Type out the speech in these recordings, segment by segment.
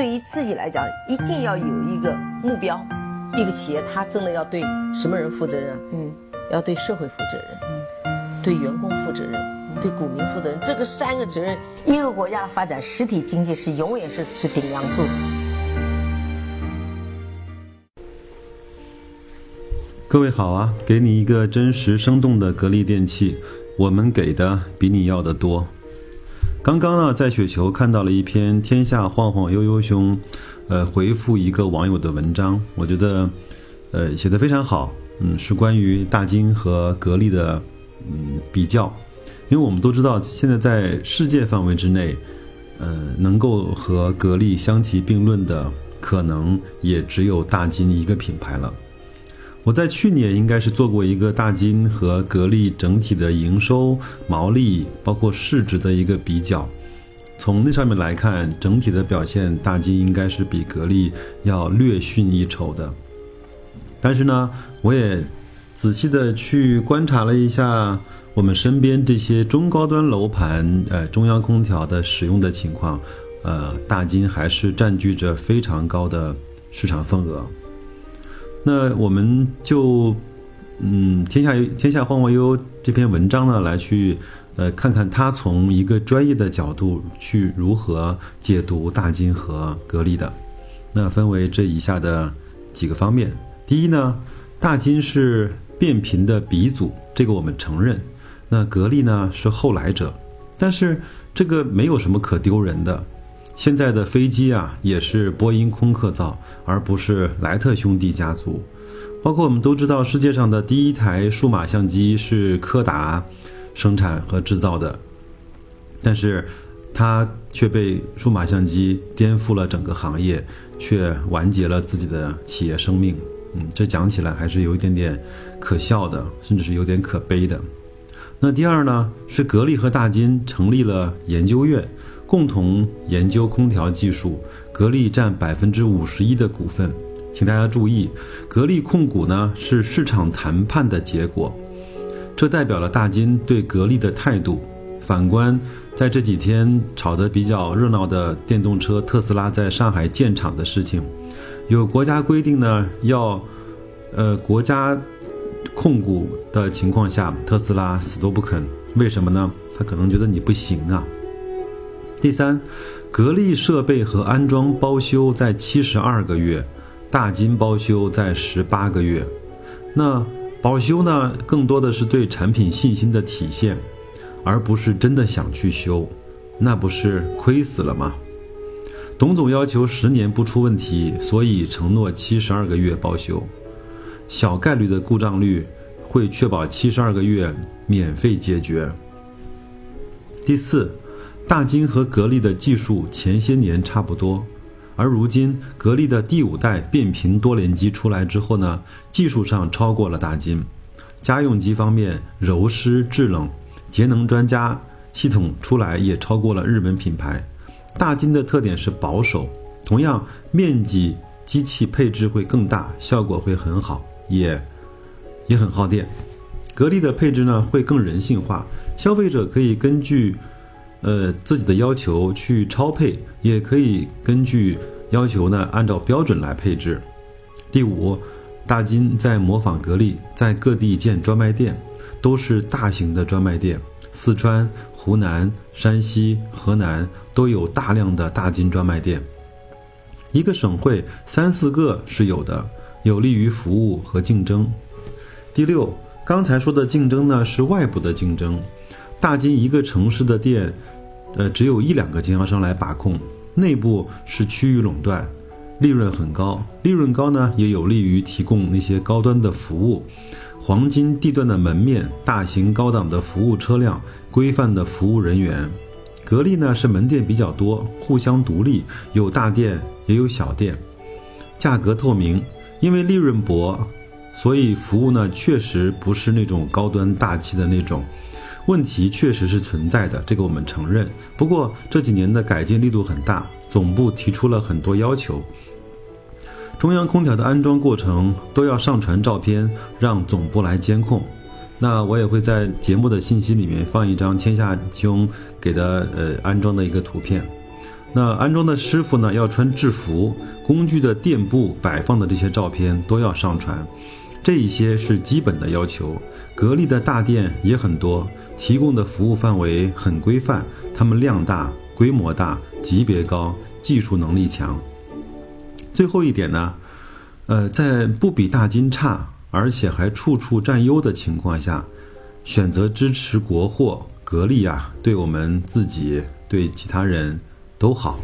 对于自己来讲，一定要有一个目标。一个企业它真的要对什么人负责任？要对社会负责任，对员工负责任，对股民负责任。这个3个责任，一个国家的发展，实体经济是永远是顶梁柱。 各位好啊，给你一个真实生动的格力电器，我们给的比你要的多。刚刚呢，在雪球看到了一篇天下晃晃悠悠兄回复一个网友的文章，我觉得写得非常好，是关于大金和格力的比较。因为我们都知道现在在世界范围之内能够和格力相提并论的可能也只有大金一个品牌了。我在去年应该是做过一个大金和格力整体的营收、毛利包括市值的一个比较，从那上面来看，整体的表现大金应该是比格力要略逊一筹的。但是呢，我也仔细的去观察了一下我们身边这些中高端楼盘中央空调的使用的情况，大金还是占据着非常高的市场份额。那我们就天下晃晃悠悠这篇文章呢，来去看看他从一个专业的角度去如何解读大金和格力的。那分为这以下的几个方面。第一呢，大金是变频的鼻祖，这个我们承认。那格力呢是后来者，但是这个没有什么可丢人的。现在的飞机啊，也是波音空客造，而不是莱特兄弟家族。包括我们都知道，世界上的第一台数码相机是柯达生产和制造的，但是它却被数码相机颠覆了整个行业，却完结了自己的企业生命。这讲起来还是有一点点可笑的，甚至是有点可悲的。那第二呢，是格力和大金成立了研究院，共同研究空调技术，格力占51%的股份。请大家注意，格力控股呢是市场谈判的结果，这代表了大金对格力的态度。反观在这几天炒得比较热闹的电动车特斯拉在上海建厂的事情，有国家规定呢，要国家控股的情况下，特斯拉死都不肯。为什么呢？他可能觉得你不行啊。第三，格力设备和安装包修在72个月，大金包修在18个月。那保修呢，更多的是对产品信心的体现，而不是真的想去修，那不是亏死了吗？董总要求10年不出问题，所以承诺72个月包修，小概率的故障率会确保72个月免费解决。第四，大金和格力的技术前些年差不多，而如今格力的第5代变频多联机出来之后呢，技术上超过了大金。家用机方面，柔湿制冷节能专家系统出来也超过了日本品牌。大金的特点是保守，同样面积机器配置会更大，效果会很好，也很耗电。格力的配置呢会更人性化，消费者可以根据自己的要求去超配，也可以根据要求呢按照标准来配置。第5，大金在模仿格力，在各地建专卖店，都是大型的专卖店，四川、湖南、山西、河南都有大量的大金专卖店，一个省会3、4个是有的，有利于服务和竞争。第6，刚才说的竞争呢是外部的竞争，大金一个城市的店只有1、2个经销商来把控，内部是区域垄断，利润很高。利润高呢也有利于提供那些高端的服务，黄金地段的门面，大型高档的服务车辆，规范的服务人员。格力呢是门店比较多，互相独立，有大店也有小店，价格透明，因为利润薄，所以服务呢确实不是那种高端大气的那种，问题确实是存在的，这个我们承认。不过这几年的改进力度很大，总部提出了很多要求，中央空调的安装过程都要上传照片，让总部来监控。那我也会在节目的信息里面放一张天下兄给的安装的一个图片。 那安装的师傅呢要穿制服，工具的店铺摆放的这些照片都要上传，这一些是基本的要求。格力的大店也很多，提供的服务范围很规范，他们量大、规模大、级别高、技术能力强。最后一点呢，在不比大金差，而且还处处占优的情况下，选择支持国货，格力啊，对我们自己、对其他人都好。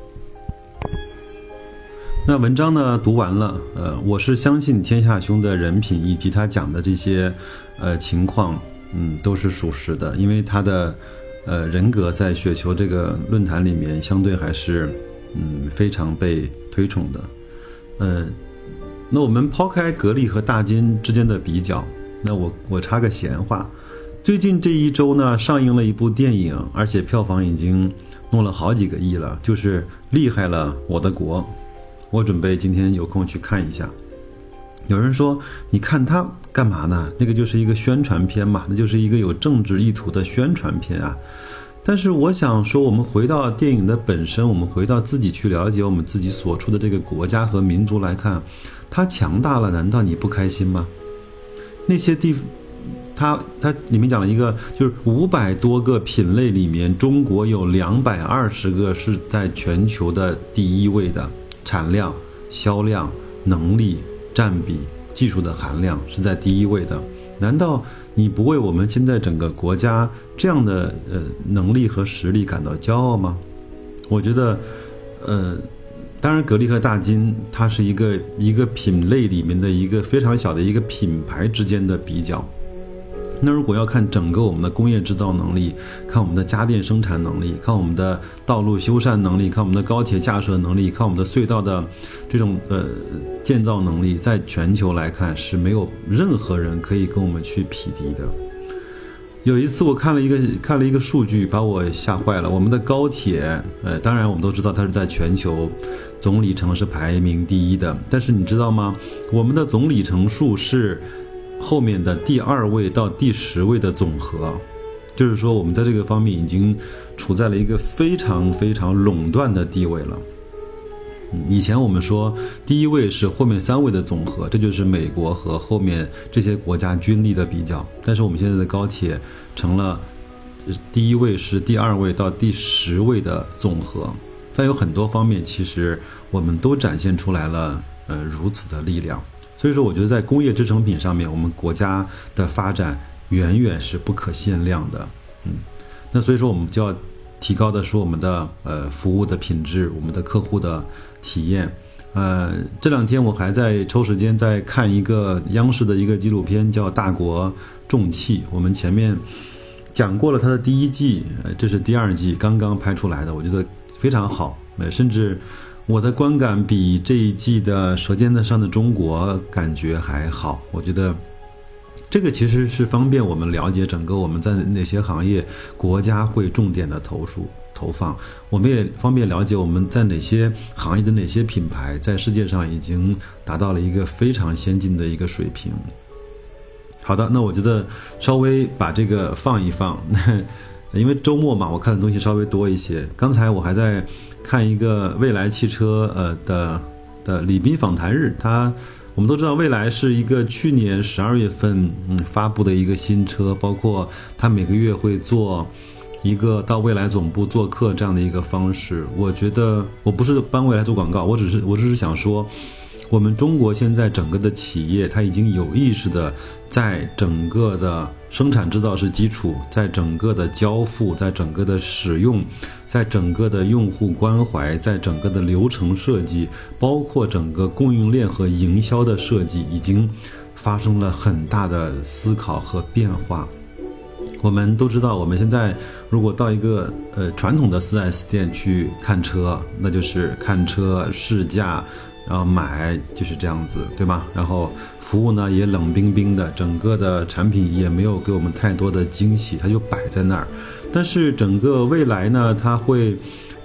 那文章呢读完了，我是相信天下兄的人品以及他讲的这些情况，都是属实的，因为他的人格在雪球这个论坛里面相对还是非常被推崇的。那我们抛开格力和大金之间的比较，那我插个闲话，最近这一周呢上映了一部电影，而且票房已经弄了好几个亿了，就是《厉害了我的国》。我准备今天有空去看一下。有人说你看它干嘛呢？那个就是一个宣传片嘛，那就是一个有政治意图的宣传片啊。但是我想说，我们回到电影的本身，我们回到自己去了解我们自己所处的这个国家和民族来看，它强大了，难道你不开心吗？那些地方它里面讲了一个，就是500多个品类里面，中国有220个是在全球的第一位的，产量、销量、能力、占比、技术的含量是在第一位的。难道你不为我们现在整个国家这样的能力和实力感到骄傲吗？我觉得当然格力和大金它是一个品类里面的一个非常小的一个品牌之间的比较。那如果要看整个我们的工业制造能力，看我们的家电生产能力，看我们的道路修缮能力，看我们的高铁架设能力，看我们的隧道的这种建造能力，在全球来看是没有任何人可以跟我们去匹敌的。有一次我看了一个数据，把我吓坏了。我们的高铁当然我们都知道它是在全球总里程是排名第一的，但是你知道吗？我们的总里程数是后面的第2位到第10位的总和，就是说我们在这个方面已经处在了一个非常非常垄断的地位了。以前我们说第1位是后面3位的总和，这就是美国和后面这些国家军力的比较，但是我们现在的高铁成了第1位是第2位到第10位的总和，在有很多方面其实我们都展现出来了如此的力量。所以说我觉得在工业制成品上面，我们国家的发展远远是不可限量的。那所以说我们就要提高的是我们的服务的品质，我们的客户的体验。这2天我还在抽时间在看一个央视的一个纪录片，叫《大国重器》。我们前面讲过了它的第1季，这是第2季刚刚拍出来的，我觉得非常好，甚至我的观感比这一季的《舌尖上的中国》感觉还好。我觉得这个其实是方便我们了解整个我们在哪些行业国家会重点的投放，我们也方便了解我们在哪些行业的哪些品牌在世界上已经达到了一个非常先进的一个水平。好的，那我觉得稍微把这个放一放，因为周末嘛，我看的东西稍微多一些。刚才我还在看一个蔚来汽车的礼宾访谈日，我们都知道蔚来是一个去年12月份发布的一个新车，包括它每个月会做一个到蔚来总部做客这样的一个方式。我觉得我不是帮蔚来做广告，我只是想说，我们中国现在整个的企业它已经有意识的在整个的生产制造是基础，在整个的交付，在整个的使用，在整个的用户关怀，在整个的流程设计，包括整个供应链和营销的设计，已经发生了很大的思考和变化。我们都知道，我们现在如果到一个传统的4S 店去看车，那就是看车试驾，然后买，就是这样子，对吗？然后服务呢也冷冰冰的，整个的产品也没有给我们太多的惊喜，它就摆在那儿。但是整个蔚来呢，它会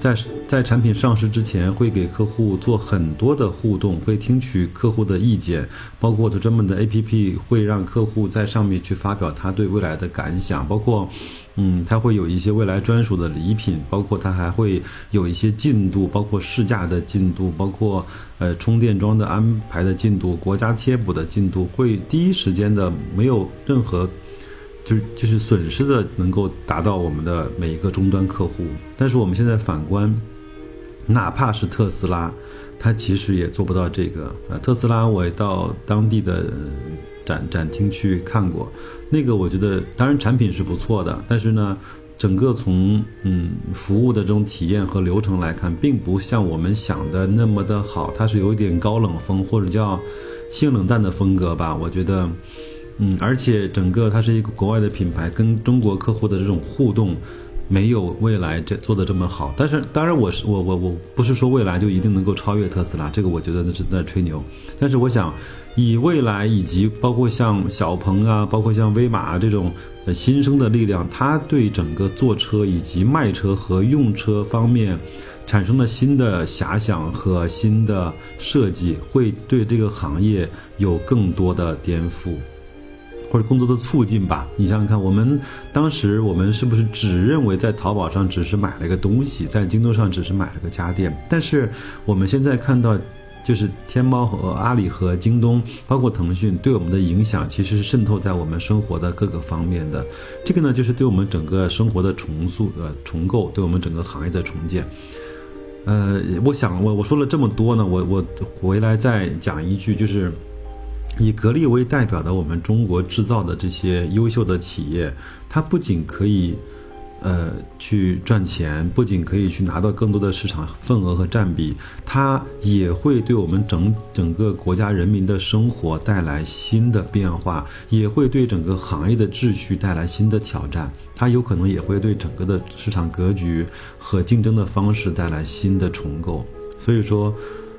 在产品上市之前，会给客户做很多的互动，会听取客户的意见，包括专门的 APP 会让客户在上面去发表他对未来的感想，包括他会有一些未来专属的礼品，包括他还会有一些进度，包括试驾的进度，包括充电桩的安排的进度，国家贴补的进度，会第一时间的没有任何就是损失的能够达到我们的每一个终端客户。但是我们现在反观，哪怕是特斯拉，它其实也做不到这个。特斯拉我也到当地的展厅去看过，那个我觉得当然产品是不错的，但是呢，整个从服务的这种体验和流程来看，并不像我们想的那么的好，它是有一点高冷风或者叫性冷淡的风格吧，我觉得。而且整个它是一个国外的品牌，跟中国客户的这种互动没有蔚来做的这么好。但是当然我不是说蔚来就一定能够超越特斯拉，这个我觉得那是在吹牛。但是我想以蔚来以及包括像小鹏啊，包括像威马这种新生的力量，它对整个坐车以及卖车和用车方面产生了新的遐想和新的设计，会对这个行业有更多的颠覆或者更多的促进吧。你想想看，当时我们是不是只认为在淘宝上只是买了一个东西，在京东上只是买了个家电？但是我们现在看到，就是天猫和阿里和京东，包括腾讯对我们的影响，其实是渗透在我们生活的各个方面的。这个呢，就是对我们整个生活的重构，对我们整个行业的重建。我想我说了这么多呢，我回来再讲一句，就是以格力为代表的我们中国制造的这些优秀的企业，它不仅可以去赚钱，不仅可以去拿到更多的市场份额和占比，它也会对我们整个国家人民的生活带来新的变化，也会对整个行业的秩序带来新的挑战，它有可能也会对整个的市场格局和竞争的方式带来新的重构。所以说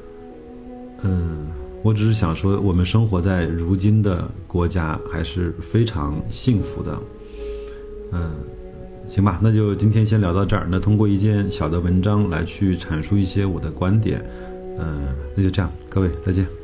我只是想说，我们生活在如今的国家还是非常幸福的。行吧，那就今天先聊到这儿。那通过一件小的文章来去阐述一些我的观点。那就这样，各位再见。